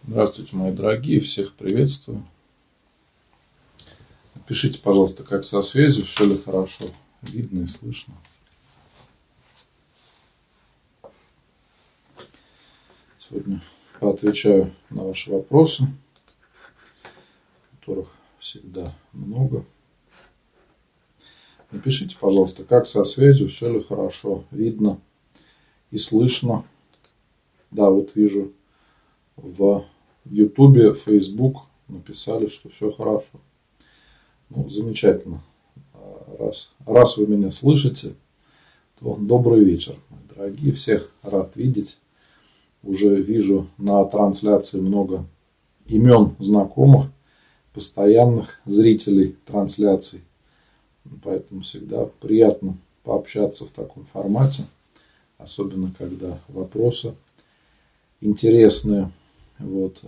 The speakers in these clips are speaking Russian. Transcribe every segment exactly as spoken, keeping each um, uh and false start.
Здравствуйте, мои дорогие, всех приветствую. Напишите, пожалуйста, как со связью, все ли хорошо, видно и слышно. Сегодня поотвечаю на ваши вопросы, которых всегда много. Напишите, пожалуйста, как со связью, все ли хорошо, видно и слышно. Да, вот вижу в Ютубе, Facebook написали, что все хорошо. Ну, замечательно. Раз, раз вы меня слышите, то добрый вечер, мои дорогие. Всех рад видеть. Уже вижу на трансляции много имен знакомых, постоянных зрителей трансляций. Поэтому всегда приятно пообщаться в таком формате. Особенно, когда вопросы интересные. Вот.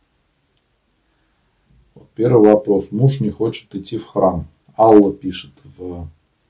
Вот первый вопрос. Муж не хочет идти в храм. Алла пишет в,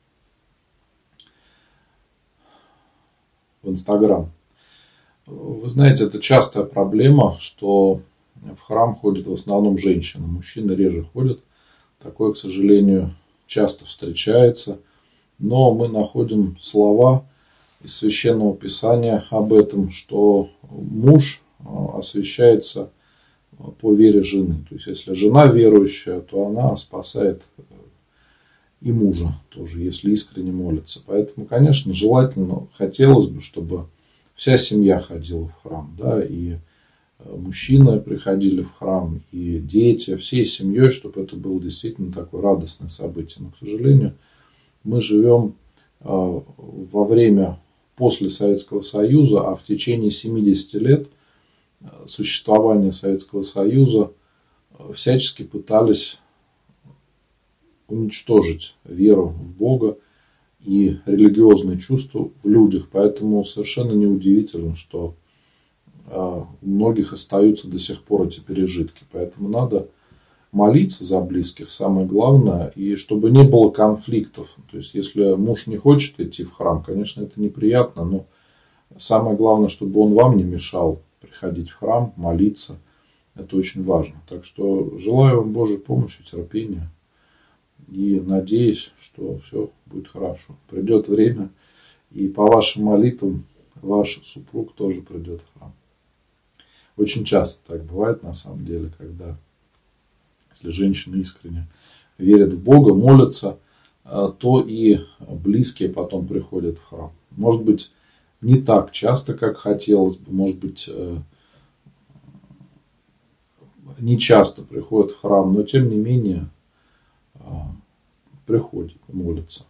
в Инстаграм. Вы знаете, это частая проблема, что в храм ходят в основном женщины. Мужчины реже ходят. Такое, к сожалению, часто встречается. Но мы находим слова из Священного Писания об этом, что муж освящается по вере жены. То есть, если жена верующая, то она спасает и мужа тоже, если искренне молится. Поэтому, конечно, желательно, хотелось бы, чтобы вся семья ходила в храм. Да, и мужчины приходили в храм, и дети, всей семьей, чтобы это было действительно такое радостное событие. Но, к сожалению, мы живем во время после Советского Союза, а в течение семидесяти лет существования Советского Союза всячески пытались уничтожить веру в Бога и религиозные чувства в людях. Поэтому совершенно неудивительно, что у многих остаются до сих пор эти пережитки. Поэтому надо молиться за близких, самое главное, и чтобы не было конфликтов. То есть, если муж не хочет идти в храм, конечно, это неприятно, но самое главное, чтобы он вам не мешал приходить в храм, молиться. Это очень важно. Так что желаю вам Божьей помощи, терпения. И надеюсь, что все будет хорошо. Придет время, и по вашим молитвам ваш супруг тоже придет в храм. Очень часто так бывает на самом деле, когда, если женщина искренне верит в Бога, молится, то и близкие потом приходят в храм. Может быть, не так часто, как хотелось бы, может быть, не часто приходят в храм, но тем не менее приходят и молятся.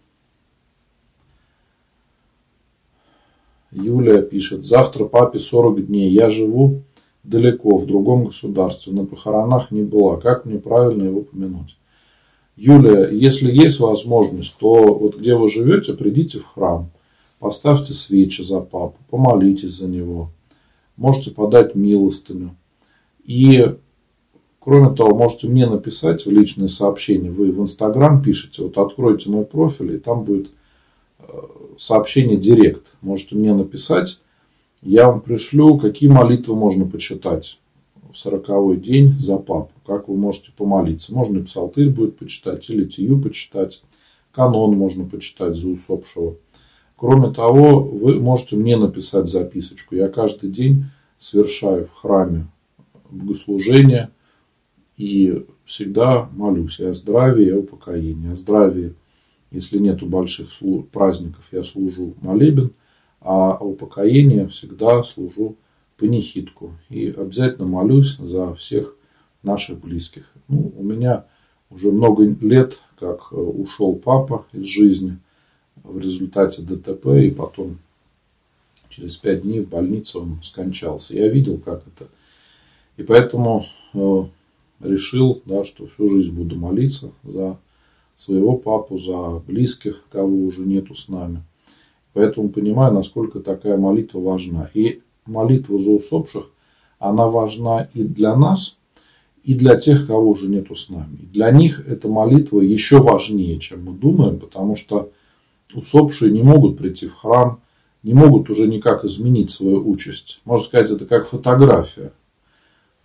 Юлия пишет: завтра папе сорок дней, я живу далеко, в другом государстве, на похоронах не была, как мне правильно его помянуть? Юлия, если есть возможность, то вот где вы живете, придите в храм, поставьте свечи за папу, помолитесь за него, можете подать милостыню. И, кроме того, можете мне написать в личные сообщения, вы в Инстаграм пишете, вот откройте мой профиль, и там будет сообщение директ. Можете мне написать, я вам пришлю, какие молитвы можно почитать в сороковой день за папу, как вы можете помолиться. Можно и псалтырь будет почитать, или тию почитать, канон можно почитать за усопшего. Кроме того, вы можете мне написать записочку. Я каждый день совершаю в храме богослужение и всегда молюсь и о здравии, и о упокоении. О здравии, если нету больших праздников, я служу молебен, а о упокоении всегда служу панихидку. И обязательно молюсь за всех наших близких. Ну, у меня уже много лет, как ушел папа из жизни в результате ДТП, и потом через пять дней в больнице он скончался. Я видел, как это. И поэтому э, решил, да, что всю жизнь буду молиться за своего папу, за близких, кого уже нету с нами. Поэтому понимаю, насколько такая молитва важна. И молитва за усопших, она важна и для нас, и для тех, кого уже нету с нами. И для них эта молитва еще важнее, чем мы думаем, потому что усопшие не могут прийти в храм, не могут уже никак изменить свою участь. Можно сказать, это как фотография. То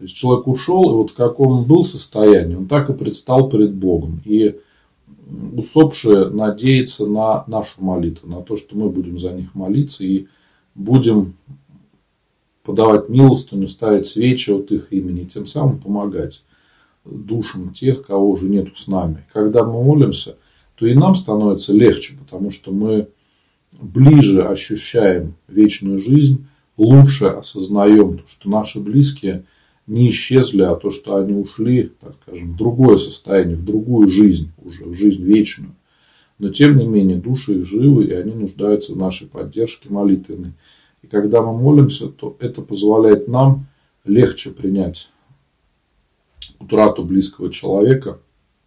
То есть человек ушел, и вот в каком он был состоянии, он так и предстал перед Богом. И усопшие надеются на нашу молитву, на то, что мы будем за них молиться и будем подавать милостыню, ставить свечи от их имени, тем самым помогать душам тех, кого уже нету с нами. Когда мы молимся, то и нам становится легче, потому что мы ближе ощущаем вечную жизнь, лучше осознаем, что наши близкие не исчезли, а то, что они ушли, так скажем, в другое состояние, в другую жизнь, уже в жизнь вечную. Но тем не менее души их живы, и они нуждаются в нашей поддержке молитвенной. И когда мы молимся, то это позволяет нам легче принять утрату близкого человека.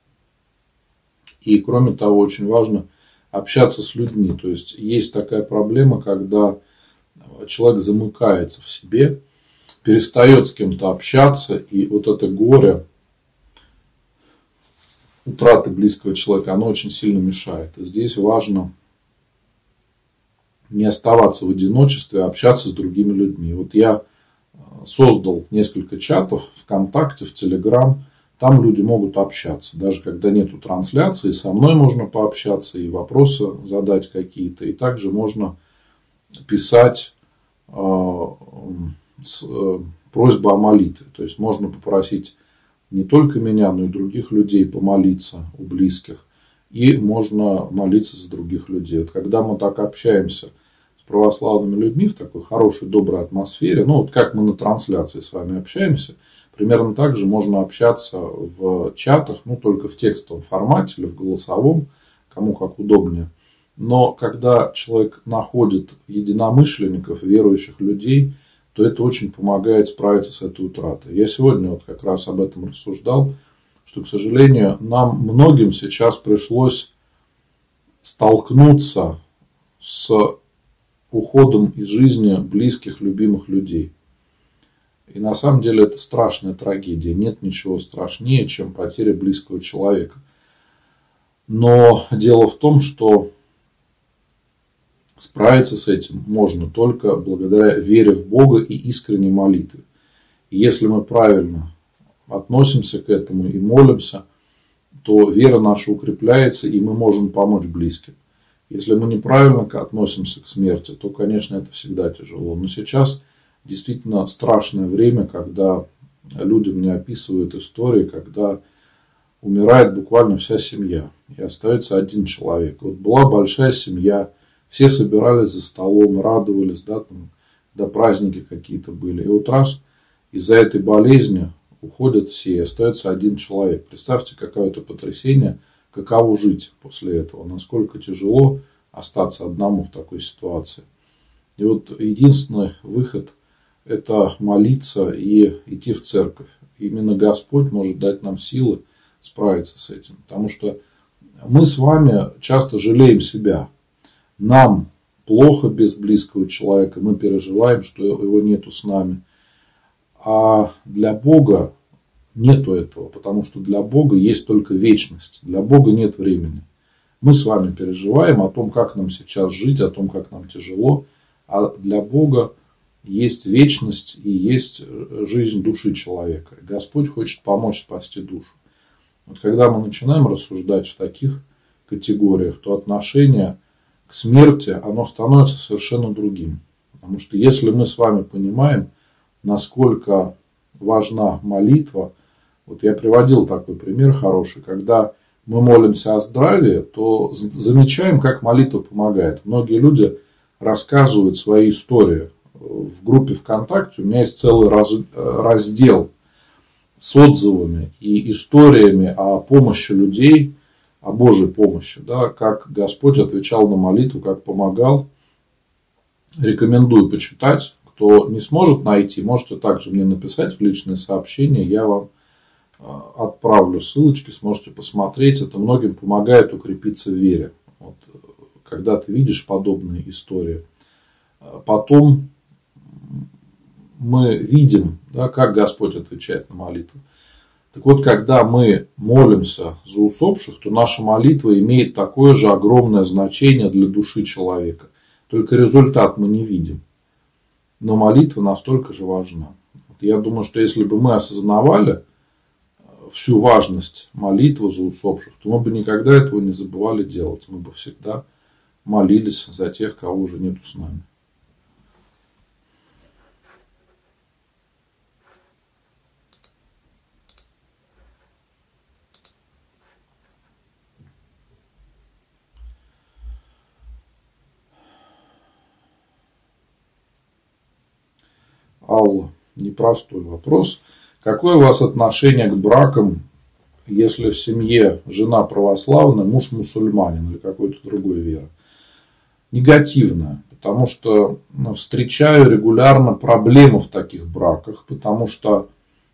И кроме того, очень важно общаться с людьми. То есть есть такая проблема, когда человек замыкается в себе, перестает с кем-то общаться, и вот это горе утраты близкого человека, оно очень сильно мешает. И здесь важно не оставаться в одиночестве, а общаться с другими людьми. Вот я создал несколько чатов ВКонтакте, в Телеграм. Там люди могут общаться. Даже когда нету трансляции, со мной можно пообщаться и вопросы задать какие-то. И также можно писать э, с, э, просьбу о молитве. То есть можно попросить не только меня, но и других людей помолиться у близких. И можно молиться за других людей. Вот когда мы так общаемся с православными людьми в такой хорошей, доброй атмосфере, ну вот как мы на трансляции с вами общаемся, примерно так же можно общаться в чатах, ну только в текстовом формате или в голосовом, кому как удобнее. Но когда человек находит единомышленников, верующих людей, то это очень помогает справиться с этой утратой. Я сегодня вот как раз об этом рассуждал, что, к сожалению, нам многим сейчас пришлось столкнуться с уходом из жизни близких, любимых людей. И на самом деле это страшная трагедия. Нет ничего страшнее, чем потеря близкого человека. Но дело в том, что справиться с этим можно только благодаря вере в Бога и искренней молитве. И если мы правильно относимся к этому и молимся, то вера наша укрепляется, и мы можем помочь близким. Если мы неправильно относимся к смерти, то, конечно, это всегда тяжело. Но сейчас действительно страшное время, когда люди мне описывают истории, когда умирает буквально вся семья, и остается один человек. Вот была большая семья, все собирались за столом, радовались, да, там, да, праздники какие-то были. И вот раз из-за этой болезни уходят все, и остается один человек. Представьте, какое это потрясение, каково жить после этого, насколько тяжело остаться одному в такой ситуации. И вот единственный выход – это молиться и идти в церковь. Именно Господь может дать нам силы справиться с этим. Потому что мы с вами часто жалеем себя. Нам плохо без близкого человека, мы переживаем, что его нету с нами. А для Бога нету этого, потому что для Бога есть только вечность. Для Бога нет времени. Мы с вами переживаем о том, как нам сейчас жить, о том, как нам тяжело. А для Бога есть вечность и есть жизнь души человека. Господь хочет помочь спасти душу. Вот когда мы начинаем рассуждать в таких категориях, то отношение к смерти, оно становится совершенно другим. Потому что если мы с вами понимаем, насколько важна молитва, вот я приводил такой пример хороший, когда мы молимся о здравии, то замечаем, как молитва помогает. Многие люди рассказывают свои истории. В группе ВКонтакте у меня есть целый раз, раздел с отзывами и историями о помощи людей, о Божьей помощи, да, как Господь отвечал на молитву, как помогал. Рекомендую почитать. Кто не сможет найти, можете также мне написать в личные сообщения, я вам отправлю ссылочки, сможете посмотреть. Это многим помогает укрепиться в вере. Вот, когда ты видишь подобные истории. Потом мы видим, да, как Господь отвечает на молитву. Так вот, когда мы молимся за усопших, то наша молитва имеет такое же огромное значение для души человека. Только результат мы не видим. Но молитва настолько же важна. Я думаю, что если бы мы осознавали всю важность молитвы за усопших, то мы бы никогда этого не забывали делать. Мы бы всегда молились за тех, кого уже нету с нами. Алла, непростой вопрос. Какое у вас отношение к бракам, если в семье жена православная, муж мусульманин или какой-то другой веры? Негативное, потому что встречаю регулярно проблемы в таких браках, потому что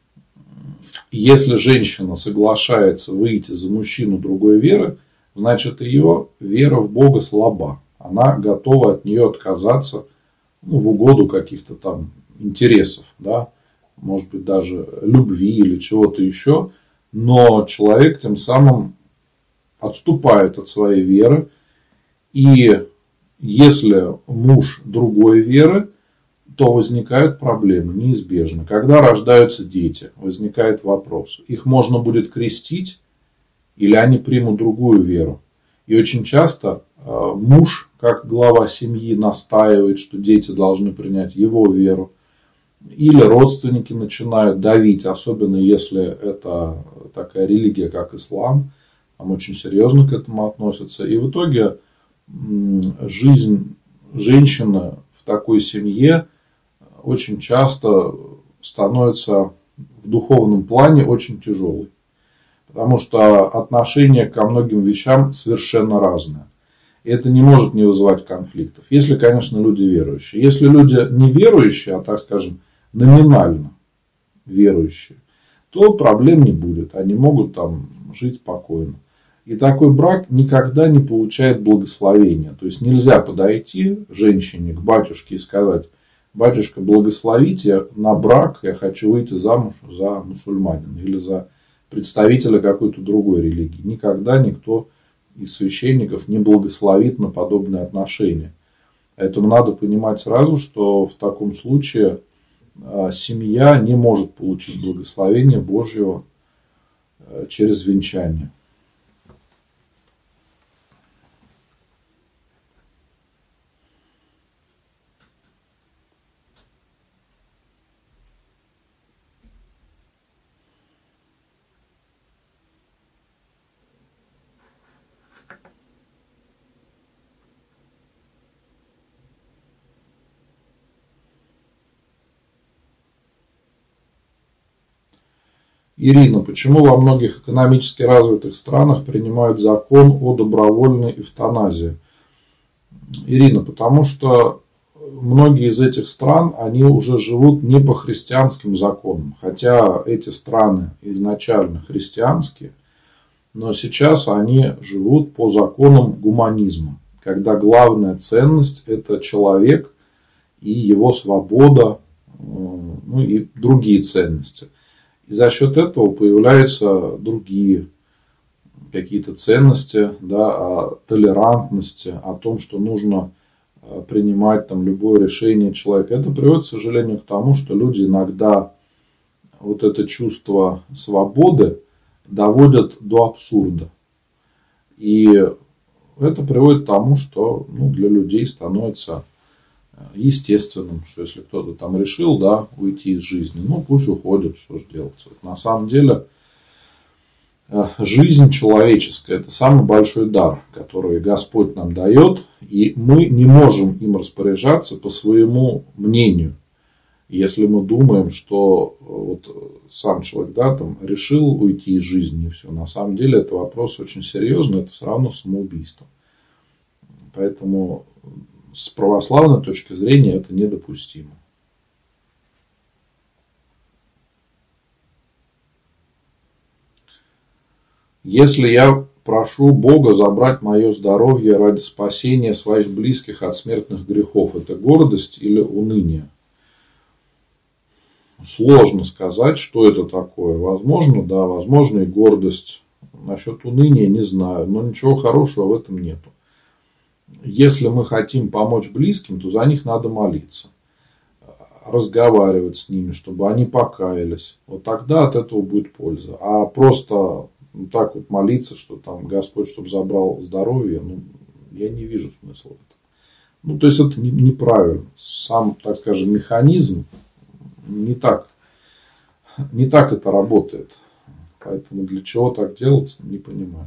если женщина соглашается выйти за мужчину другой веры, значит ее вера в Бога слаба. Она готова от нее отказаться, ну, в угоду каких-то там интересов, да, может быть даже любви или чего-то еще, но человек тем самым отступает от своей веры, и если муж другой веры, то возникают проблемы неизбежно. Когда рождаются дети, возникает вопрос, их можно будет крестить или они примут другую веру. И очень часто муж, как глава семьи, настаивает, что дети должны принять его веру. Или родственники начинают давить, особенно если это такая религия, как ислам. Там очень серьезно к этому относятся. И в итоге жизнь женщины в такой семье очень часто становится в духовном плане очень тяжелой. Потому что отношение ко многим вещам совершенно разное. И это не может не вызывать конфликтов. Если, конечно, люди верующие. Если люди не верующие, а так скажем, номинально верующие, то проблем не будет. Они могут там жить спокойно. И такой брак никогда не получает благословения. То есть нельзя подойти женщине к батюшке и сказать: батюшка, благословите на брак, я хочу выйти замуж за мусульманина или за представителя какой-то другой религии. Никогда никто из священников не благословит на подобные отношения. Поэтому надо понимать сразу, что в таком случае семья не может получить благословение Божьего через венчание. Ирина, почему во многих экономически развитых странах принимают закон о добровольной эвтаназии? Ирина, потому что многие из этих стран, они уже живут не по христианским законам. Хотя эти страны изначально христианские, но сейчас они живут по законам гуманизма. Когда главная ценность – это человек и его свобода, ну и другие ценности. И за счет этого появляются другие какие-то ценности, да, о толерантности, о том, что нужно принимать там любое решение человека. Это приводит, к сожалению, к тому, что люди иногда вот это чувство свободы доводят до абсурда. И это приводит к тому, что, ну, для людей становится естественным, что если кто-то там решил, да, уйти из жизни, ну пусть уходит, что же делать. На самом деле жизнь человеческая — это самый большой дар, который Господь нам дает, и мы не можем им распоряжаться по своему мнению. Если мы думаем, что вот сам человек, да, там, решил уйти из жизни и все, на самом деле это вопрос очень серьезный, это все равно самоубийство. Поэтому с православной точки зрения это недопустимо. Если я прошу Бога забрать мое здоровье ради спасения своих близких от смертных грехов, это гордость или уныние? Сложно сказать, что это такое. Возможно, да, возможно и гордость. Насчет уныния не знаю, но ничего хорошего в этом нету. Если мы хотим помочь близким, то за них надо молиться. разговаривать с ними, чтобы они покаялись. Вот тогда от этого будет польза. А просто так вот молиться, что там Господь, чтобы забрал здоровье, ну, я не вижу смысла в этом. Ну, то есть это неправильно. Сам, так скажем, механизм не так, не так это работает. Поэтому для чего так делать, не понимаю.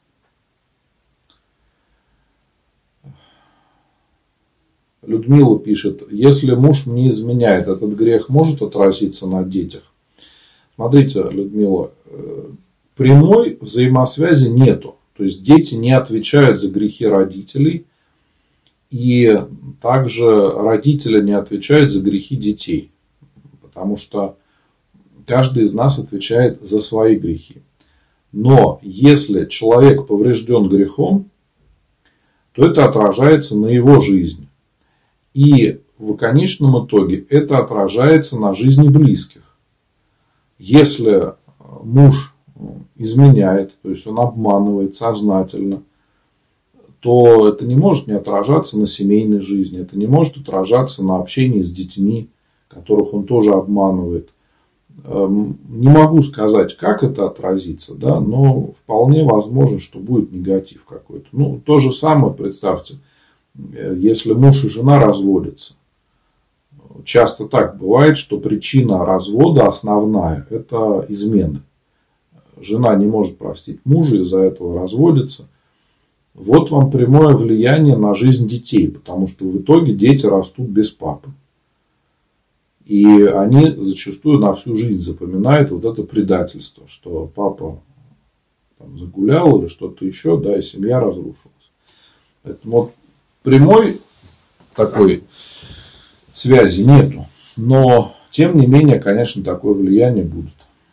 Людмила пишет, если муж мне изменяет, этот грех может отразиться на детях? Смотрите, Людмила, прямой взаимосвязи нету. То есть дети не отвечают за грехи родителей. И также родители не отвечают за грехи детей. Потому что каждый из нас отвечает за свои грехи. Но если человек поврежден грехом, то это отражается на его жизни. И в конечном итоге это отражается на жизни близких. Если муж изменяет, то есть он обманывает сознательно, то это не может не отражаться на семейной жизни, это не может отражаться на общении с детьми, которых он тоже обманывает. Не могу сказать, как это отразится, да, но вполне возможно, что будет негатив какой-то. Ну, то же самое, представьте, если муж и жена разводятся. Часто так бывает, что причина развода основная – это измены. Жена не может простить мужа, из-за этого разводится. Вот вам прямое влияние на жизнь детей, потому что в итоге дети растут без папы. И они зачастую на всю жизнь запоминают вот это предательство, что папа там загулял или что-то еще, да, и семья разрушилась. Поэтому вот прямой такой связи нету. Но, тем не менее, конечно, такое влияние будет.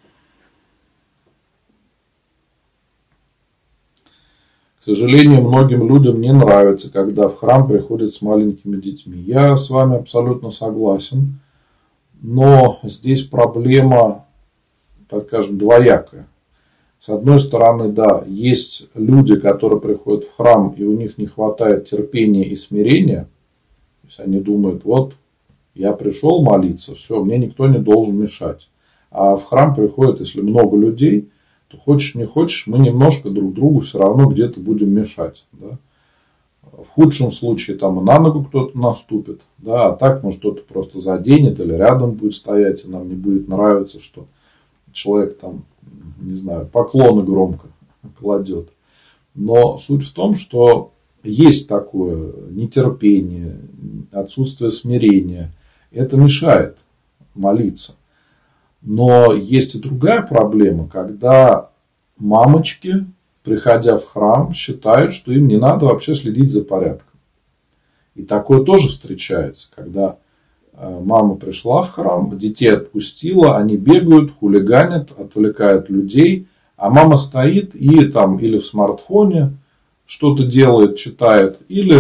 К сожалению, многим людям не нравится, когда в храм приходят с маленькими детьми. Я с вами абсолютно согласен. Но здесь проблема, так скажем, двоякая. С одной стороны, да, есть люди, которые приходят в храм, и у них не хватает терпения и смирения. То есть они думают, вот я пришел молиться, все, мне никто не должен мешать. А в храм приходят, если много людей, то хочешь не хочешь, мы немножко друг другу все равно где-то будем мешать. Да? В худшем случае там и на ногу кто-то наступит, да, а так, может, кто-то просто заденет или рядом будет стоять, и нам не будет нравиться, что человек там, не знаю, поклоны громко кладет. Но суть в том, что есть такое нетерпение, отсутствие смирения. Это мешает молиться. Но есть и другая проблема, когда мамочки, приходя в храм, считают, что им не надо вообще следить за порядком. И такое тоже встречается, когда мама пришла в храм, детей отпустила, они бегают, хулиганят, отвлекают людей, а мама стоит и там или в смартфоне что-то делает, читает, или,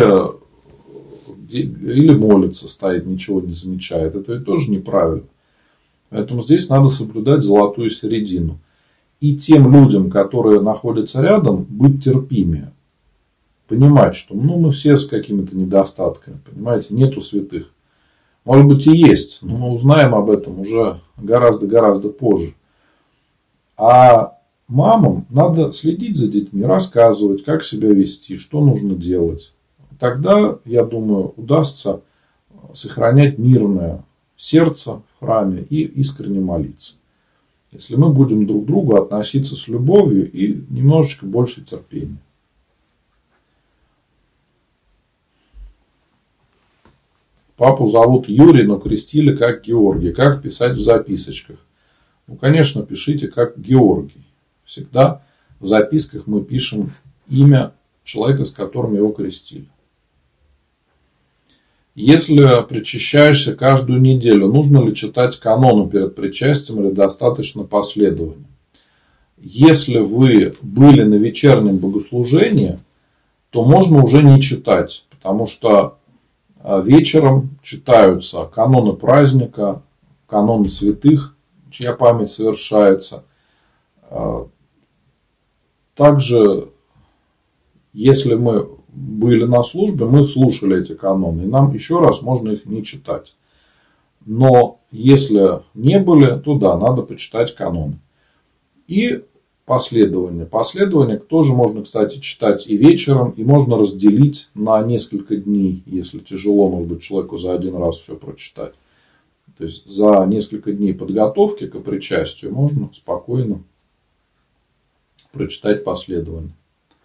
или молится, стоит, ничего не замечает. Это ведь тоже неправильно. Поэтому здесь надо соблюдать золотую середину. И тем людям, которые находятся рядом, быть терпимее. Понимать, что ну, мы все с какими-то недостатками. Понимаете, нету святых. Может быть и есть, но мы узнаем об этом уже гораздо-гораздо позже. А мамам надо следить за детьми, рассказывать, как себя вести, что нужно делать. Тогда, я думаю, удастся сохранять мирное сердце в храме и искренне молиться. Если мы будем друг к другу относиться с любовью и немножечко больше терпения. Папу зовут Юрий, но крестили как Георгий. Как писать в записочках? Ну, конечно, пишите как Георгий. Всегда в записках мы пишем имя человека, с которым его крестили. Если причащаешься каждую неделю, нужно ли читать каноны перед причастием или достаточно последования? Если вы были на вечернем богослужении, то можно уже не читать, потому что вечером читаются каноны праздника, каноны святых, чья память совершается. Также, если мы были на службе, мы слушали эти каноны, и нам еще раз можно их не читать. Но если не были, то да, надо почитать каноны. И последование. Последование тоже можно, кстати, читать и вечером, и можно разделить на несколько дней, если тяжело, может быть, человеку за один раз все прочитать. То есть за несколько дней подготовки к причастию можно спокойно прочитать последование.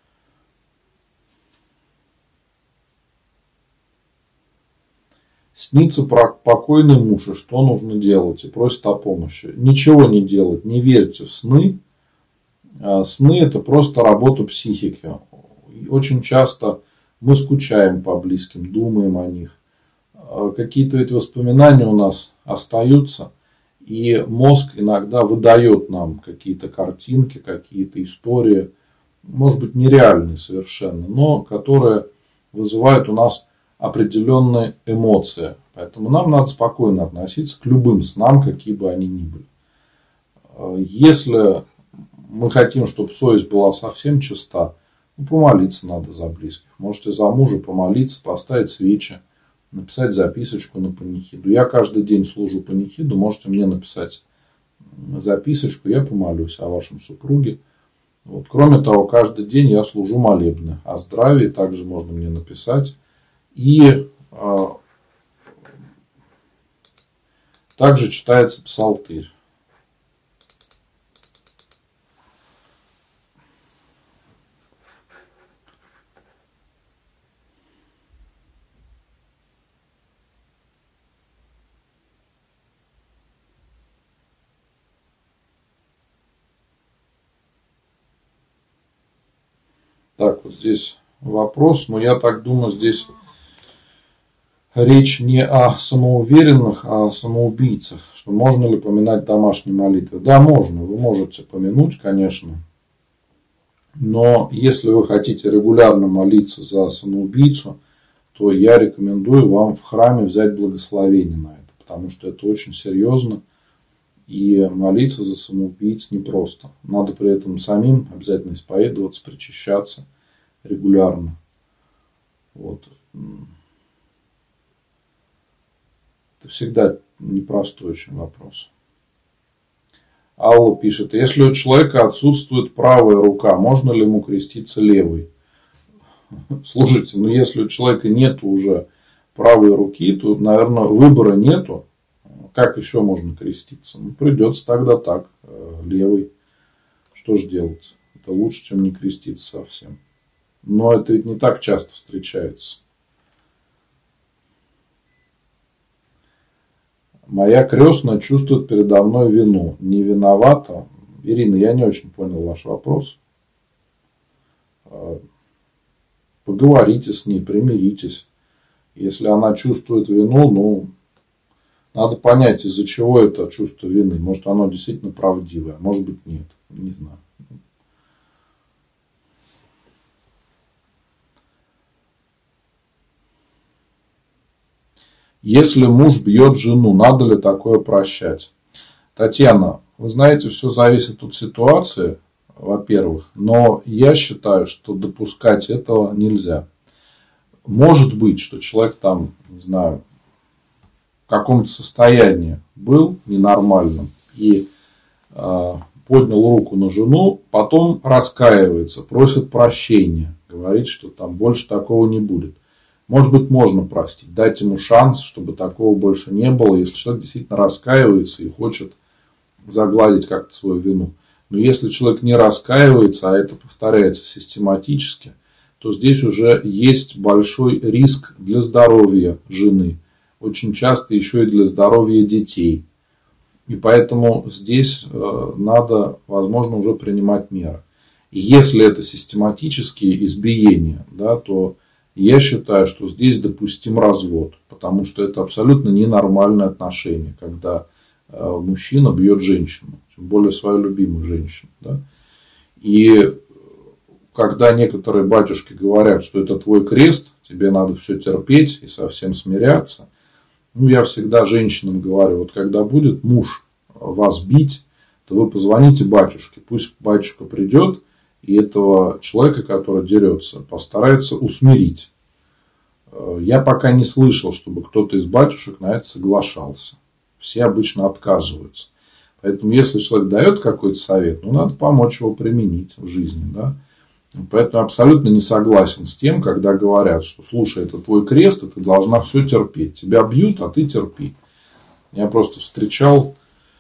Снится покойный муж, и что нужно делать? И просит о помощи. Ничего не делать, не верьте в сны. Сны — это просто работа психики. Очень часто мы скучаем по близким, думаем о них. Какие-то эти воспоминания у нас остаются. И мозг иногда выдает нам какие-то картинки, какие-то истории. Может быть, нереальные совершенно, но которые вызывают у нас определенные эмоции. Поэтому нам надо спокойно относиться к любым снам, какие бы они ни были. Если мы хотим, чтобы совесть была совсем чиста, ну, помолиться надо за близких. Можете за мужа помолиться, поставить свечи, написать записочку на панихиду. Я каждый день служу панихиду, можете мне написать записочку, я помолюсь о вашем супруге. Вот. Кроме того, каждый день я служу молебны о здравии, также можно мне написать. И э, также читается псалтырь. Так, вот здесь вопрос, но я так думаю, здесь речь не о самоуверенных, а о самоубийцах. Что можно ли поминать домашние молитвы? Да, можно. Вы можете помянуть, конечно. Но если вы хотите регулярно молиться за самоубийцу, то я рекомендую вам в храме взять благословение на это. Потому что это очень серьезно. И молиться за самоубийц непросто. Надо при этом самим обязательно исповедоваться, причащаться регулярно. Вот. Это всегда непростой очень вопрос. Алла пишет, если у человека отсутствует правая рука, можно ли ему креститься левой? Слушайте, ну если у человека нет уже правой руки, то, наверное, выбора нету. Как еще можно креститься? Ну, придется тогда так, левой. Что же делать? Это лучше, чем не креститься совсем. Но это ведь не так часто встречается. Моя крестная чувствует передо мной вину. Не виновата. Ирина, я не очень понял ваш вопрос. Поговорите с ней, примиритесь. Если она чувствует вину, ну, надо понять, из-за чего это чувство вины. Может, оно действительно правдивое, может быть, нет. Не знаю. Если муж бьет жену, надо ли такое прощать? Татьяна, вы знаете, все зависит от ситуации, во-первых. Но я считаю, что допускать этого нельзя. Может быть, что человек там, не знаю, в каком-то состоянии был ненормальным и э, поднял руку на жену, потом раскаивается, просит прощения, говорит, что там больше такого не будет. Может быть, можно простить, дать ему шанс, чтобы такого больше не было, если человек действительно раскаивается и хочет загладить как-то свою вину. Но если человек не раскаивается, а это повторяется систематически, то здесь уже есть большой риск для здоровья жены. Очень часто еще и для здоровья детей. И поэтому здесь надо, возможно, уже принимать меры. И если это систематические избиения, да, то я считаю, что здесь допустим развод. Потому что это абсолютно ненормальное отношение, когда мужчина бьет женщину. Тем более свою любимую женщину. Да. И когда некоторые батюшки говорят, что это твой крест, тебе надо все терпеть и совсем смиряться. Ну, я всегда женщинам говорю, вот когда будет муж вас бить, то вы позвоните батюшке. Пусть батюшка придет и этого человека, который дерется, постарается усмирить. Я пока не слышал, чтобы кто-то из батюшек на это соглашался. Все обычно отказываются. Поэтому, если человек дает какой-то совет, ну, надо помочь его применить в жизни. Да? Поэтому абсолютно не согласен с тем, когда говорят, что слушай, это твой крест, и ты должна все терпеть. Тебя бьют, а ты терпи. Я просто встречал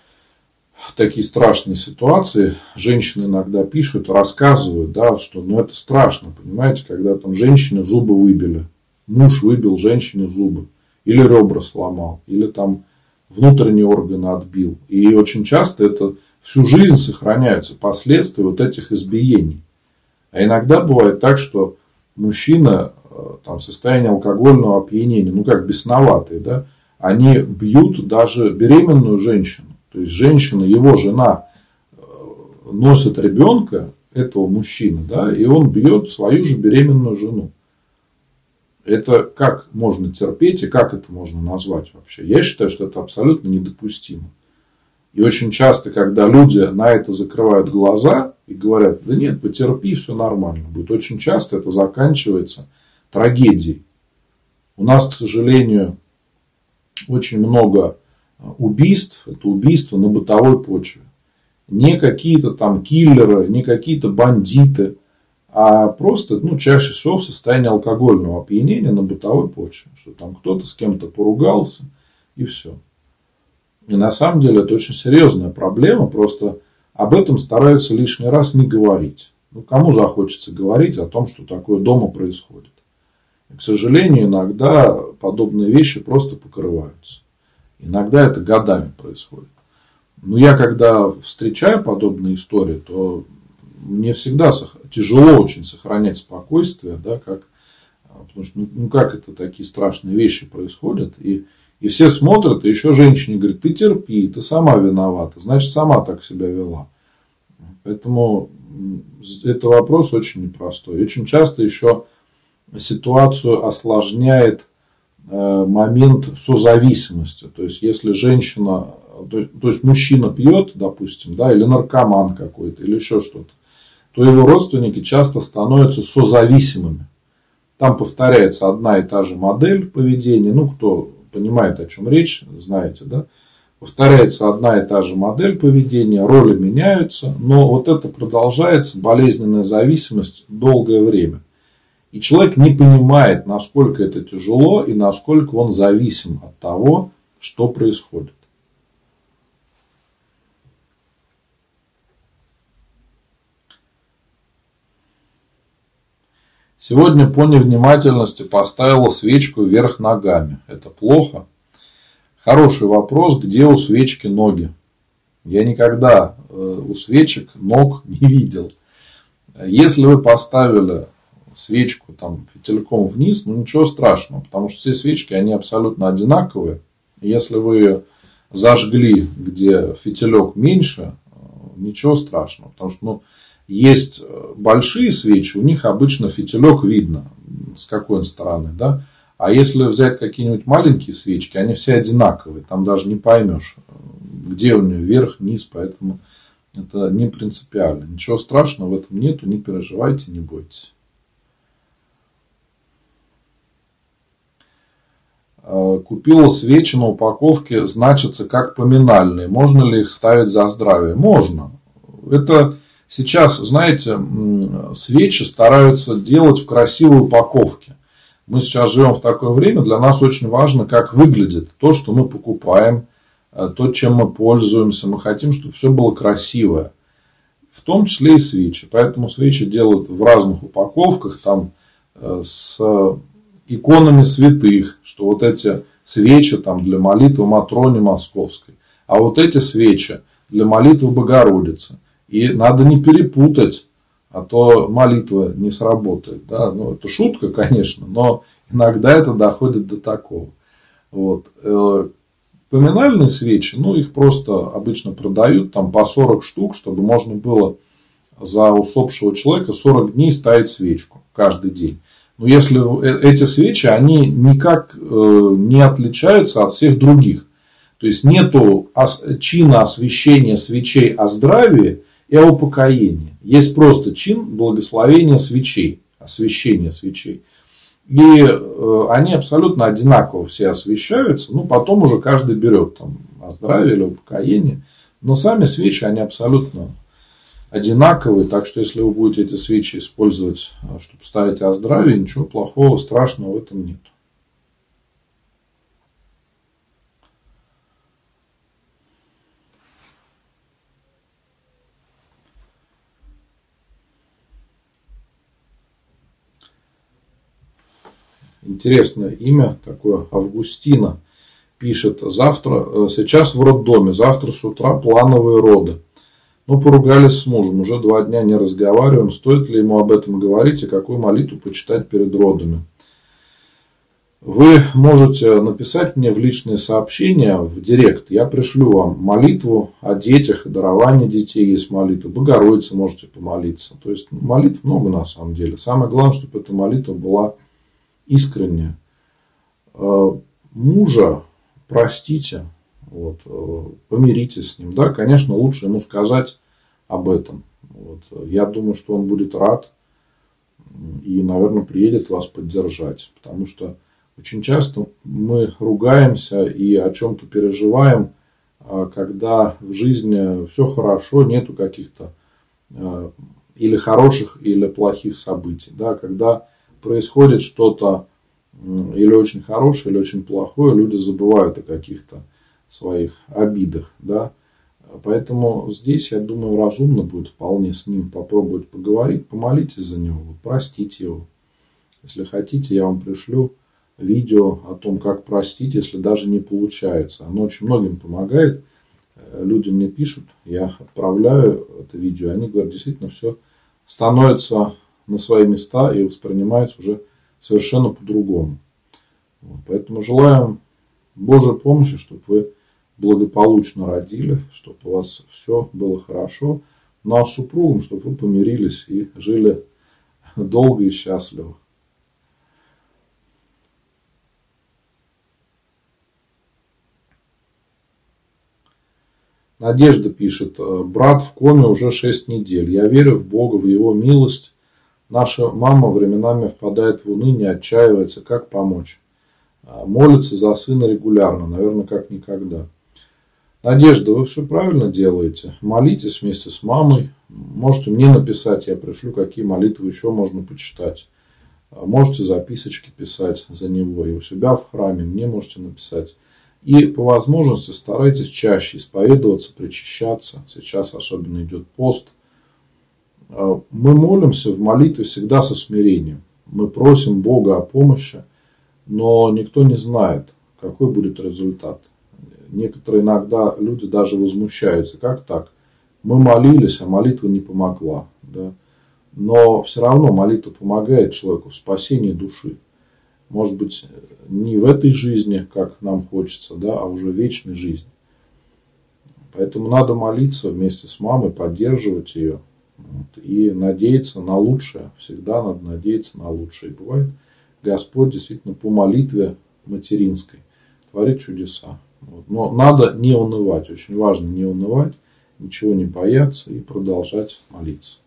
такие страшные ситуации. Женщины иногда пишут, рассказывают, да, что ну, это страшно, понимаете, когда там женщине зубы выбили. Муж выбил женщине зубы. Или ребра сломал. Или там внутренние органы отбил. И очень часто это всю жизнь сохраняются последствия вот этих избиений. А иногда бывает так, что мужчина там, в состоянии алкогольного опьянения, ну как бесноватый, да, они бьют даже беременную женщину. То есть женщина, его жена носит ребенка, этого мужчины, да, и он бьет свою же беременную жену. Это как можно терпеть и как это можно назвать вообще? Я считаю, что это абсолютно недопустимо. И очень часто, когда люди на это закрывают глаза и говорят, да нет, потерпи, все нормально будет. Очень часто это заканчивается трагедией. У нас, к сожалению, очень много убийств. Это убийства на бытовой почве. Не какие-то там киллеры, не какие-то бандиты. А просто, ну, чаще всего в состоянии алкогольного опьянения на бытовой почве. Что там кто-то с кем-то поругался и все. И на самом деле это очень серьезная проблема, просто об этом стараются лишний раз не говорить. Ну, кому захочется говорить о том, что такое дома происходит. И, к сожалению, иногда подобные вещи просто покрываются. Иногда это годами происходит. Но я когда встречаю подобные истории, то мне всегда тяжело очень сохранять спокойствие, да, как, потому что ну как это такие страшные вещи происходят. И И все смотрят, и еще женщине говорят, ты терпи, ты сама виновата, значит, сама так себя вела. Поэтому это вопрос очень непростой. Очень часто еще ситуацию осложняет момент созависимости. То есть, если женщина, то есть, мужчина пьет, допустим, да, или наркоман какой-то, или еще что-то, то его родственники часто становятся созависимыми. Там повторяется одна и та же модель поведения, ну, кто понимает, о чем речь, знаете, да? Повторяется одна и та же модель поведения, роли меняются, но вот это продолжается, болезненная зависимость, долгое время. И человек не понимает, насколько это тяжело и насколько он зависим от того, что происходит. Сегодня по невнимательности поставила свечку вверх ногами. Это плохо? Хороший вопрос, где у свечки ноги? Я никогда у свечек ног не видел. Если вы поставили свечку там, фитильком вниз, ну ничего страшного, потому что все свечки они абсолютно одинаковые. Если вы ее зажгли, где фитилек меньше, ничего страшного, потому что ну, есть большие свечи, у них обычно фитилек видно, с какой он стороны, да. А если взять какие-нибудь маленькие свечки, они все одинаковые, там даже не поймешь, где у нее верх, низ, поэтому это не принципиально. Ничего страшного в этом нету, не переживайте, не бойтесь. Купила свечи на упаковке, значится как поминальные. Можно ли их ставить за здравие? Можно. Это сейчас, знаете, свечи стараются делать в красивой упаковке. Мы сейчас живем в такое время, для нас очень важно, как выглядит то, что мы покупаем, то, чем мы пользуемся. Мы хотим, чтобы все было красивое. В том числе и свечи. Поэтому свечи делают в разных упаковках, там с иконами святых, что вот эти свечи там, для молитвы Матроне Московской, а вот эти свечи для молитвы Богородицы. И надо не перепутать, а то молитва не сработает. Да? Ну, это шутка, конечно, но иногда это доходит до такого. Вот. Поминальные свечи, ну, их просто обычно продают там, по сорок штук, чтобы можно было за усопшего человека сорок дней ставить свечку каждый день. Но если эти свечи, они никак не отличаются от всех других. То есть нету чина освящения свечей о здравии и о упокоении. Есть просто чин благословения свечей, освящения свечей. И э, они абсолютно одинаково все освещаются. Ну, потом уже каждый берет там о здравии или упокоении. Но сами свечи, они абсолютно одинаковые. Так что, если вы будете эти свечи использовать, чтобы ставить о здравии, ничего плохого, страшного в этом нет. Интересное имя такое, Августина. Пишет, завтра, сейчас в роддоме, завтра с утра плановые роды. Ну, поругались с мужем, уже два дня не разговариваем. Стоит ли ему об этом говорить и какую молитву почитать перед родами? Вы можете написать мне в личные сообщения, в директ. Я пришлю вам молитву о детях, даровании детей есть молитва. Богородице можете помолиться. То есть молитв много на самом деле. Самое главное, чтобы эта молитва была искренняя. Мужа простите, вот, помиритесь с ним. Да, конечно, лучше ему сказать об этом. Вот. Я думаю, что он будет рад и, наверное, приедет вас поддержать. Потому что очень часто мы ругаемся и о чем-то переживаем, когда в жизни все хорошо, нету каких-то или хороших, или плохих событий. Да, когда происходит что-то или очень хорошее, или очень плохое, люди забывают о каких-то своих обидах. Да? Поэтому здесь, я думаю, разумно будет вполне с ним попробовать поговорить, помолитесь за него, простите его. Если хотите, я вам пришлю видео о том, как простить, если даже не получается. Оно очень многим помогает. Люди мне пишут, я отправляю это видео, они говорят, действительно все становится на свои места и воспринимается уже совершенно по-другому. Поэтому желаем Божьей помощи, чтобы вы благополучно родили, чтобы у вас все было хорошо. Ну а с супругом, чтобы вы помирились и жили долго и счастливо. Надежда пишет, брат в коме уже шесть недель. Я верю в Бога, в Его милость. Наша мама временами впадает в уныние, отчаивается. Как помочь? Молится за сына регулярно, наверное, как никогда. Надежда, вы все правильно делаете. Молитесь вместе с мамой. Можете мне написать, я пришлю, какие молитвы еще можно почитать. Можете записочки писать за него и у себя в храме. Мне можете написать. И по возможности старайтесь чаще исповедоваться, причащаться. Сейчас особенно идет пост. Мы молимся в молитве всегда со смирением. Мы просим Бога о помощи, но никто не знает, какой будет результат. Некоторые иногда люди даже возмущаются. Как так? Мы молились, а молитва не помогла. Да? Но все равно молитва помогает человеку в спасении души. Может быть, не в этой жизни, как нам хочется, да, а уже в вечной жизни. Поэтому надо молиться вместе с мамой, поддерживать ее. Вот, и надеяться на лучшее. Всегда надо надеяться на лучшее. И бывает, Господь действительно по молитве материнской творит чудеса. Вот. Но надо не унывать. Очень важно не унывать, ничего не бояться и продолжать молиться.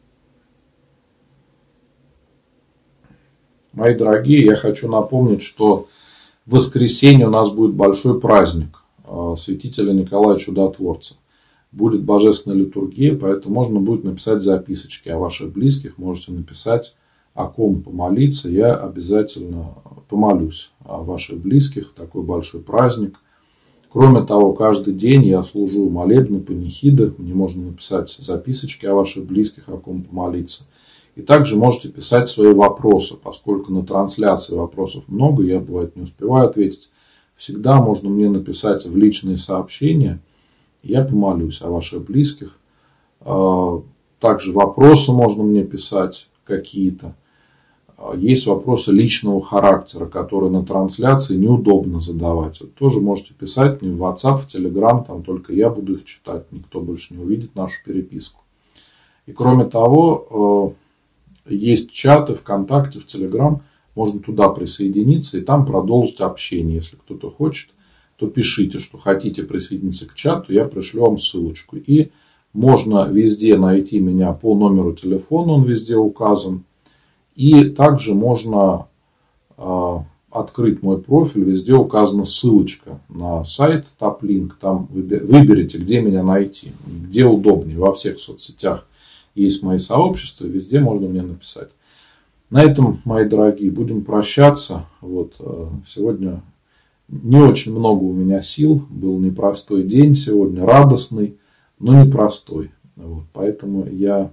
Мои дорогие, я хочу напомнить, что в воскресенье у нас будет большой праздник святителя Николая Чудотворца. Будет божественная литургия, поэтому можно будет написать записочки о ваших близких. Можете написать, о ком помолиться. Я обязательно помолюсь о ваших близких. Такой большой праздник. Кроме того, каждый день я служу молебны, панихиды. Мне можно написать записочки о ваших близких, о ком помолиться. И также можете писать свои вопросы, поскольку на трансляции вопросов много, я, бывает, не успеваю ответить. Всегда можно мне написать в личные сообщения, и я помолюсь о ваших близких. Также вопросы можно мне писать какие-то. Есть вопросы личного характера, которые на трансляции неудобно задавать. Вот тоже можете писать мне в WhatsApp, в Telegram, там только я буду их читать, никто больше не увидит нашу переписку. И кроме того, есть чаты ВКонтакте, в Телеграм, можно туда присоединиться и там продолжить общение. Если кто-то хочет, то пишите, что хотите присоединиться к чату, я пришлю вам ссылочку. И можно везде найти меня по номеру телефона, он везде указан. И также можно открыть мой профиль, везде указана ссылочка на сайт TapLink. Там выберите, где меня найти, где удобнее. Во всех соцсетях есть мои сообщества, везде можно мне написать. На этом, мои дорогие, будем прощаться. Вот, сегодня не очень много у меня сил. Был непростой день сегодня, радостный, но непростой. Вот, поэтому я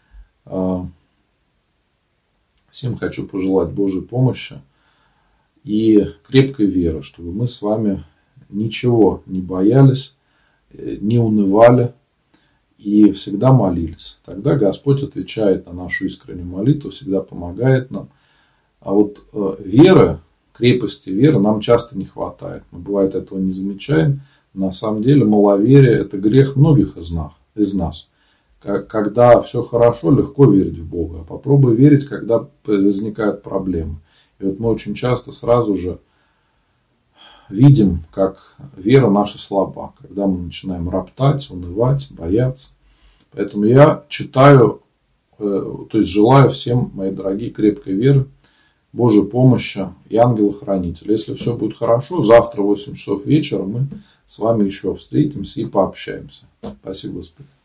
всем хочу пожелать Божьей помощи и крепкой веры, чтобы мы с вами ничего не боялись, не унывали и всегда молились. Тогда Господь отвечает на нашу искреннюю молитву, всегда помогает нам. А вот э, веры, крепости веры нам часто не хватает. Мы, бывает, этого не замечаем. На самом деле маловерие – это грех многих из нас. Из нас. Когда все хорошо, легко верить в Бога. А попробуй верить, когда возникают проблемы. И вот мы очень часто сразу же видим, как вера наша слаба, когда мы начинаем роптать, унывать, бояться. Поэтому я читаю, то есть желаю всем, мои дорогие, крепкой веры, Божьей помощи и ангела-хранителя. Если все будет хорошо, завтра в восемь часов вечера мы с вами еще встретимся и пообщаемся. Спасибо, Господи.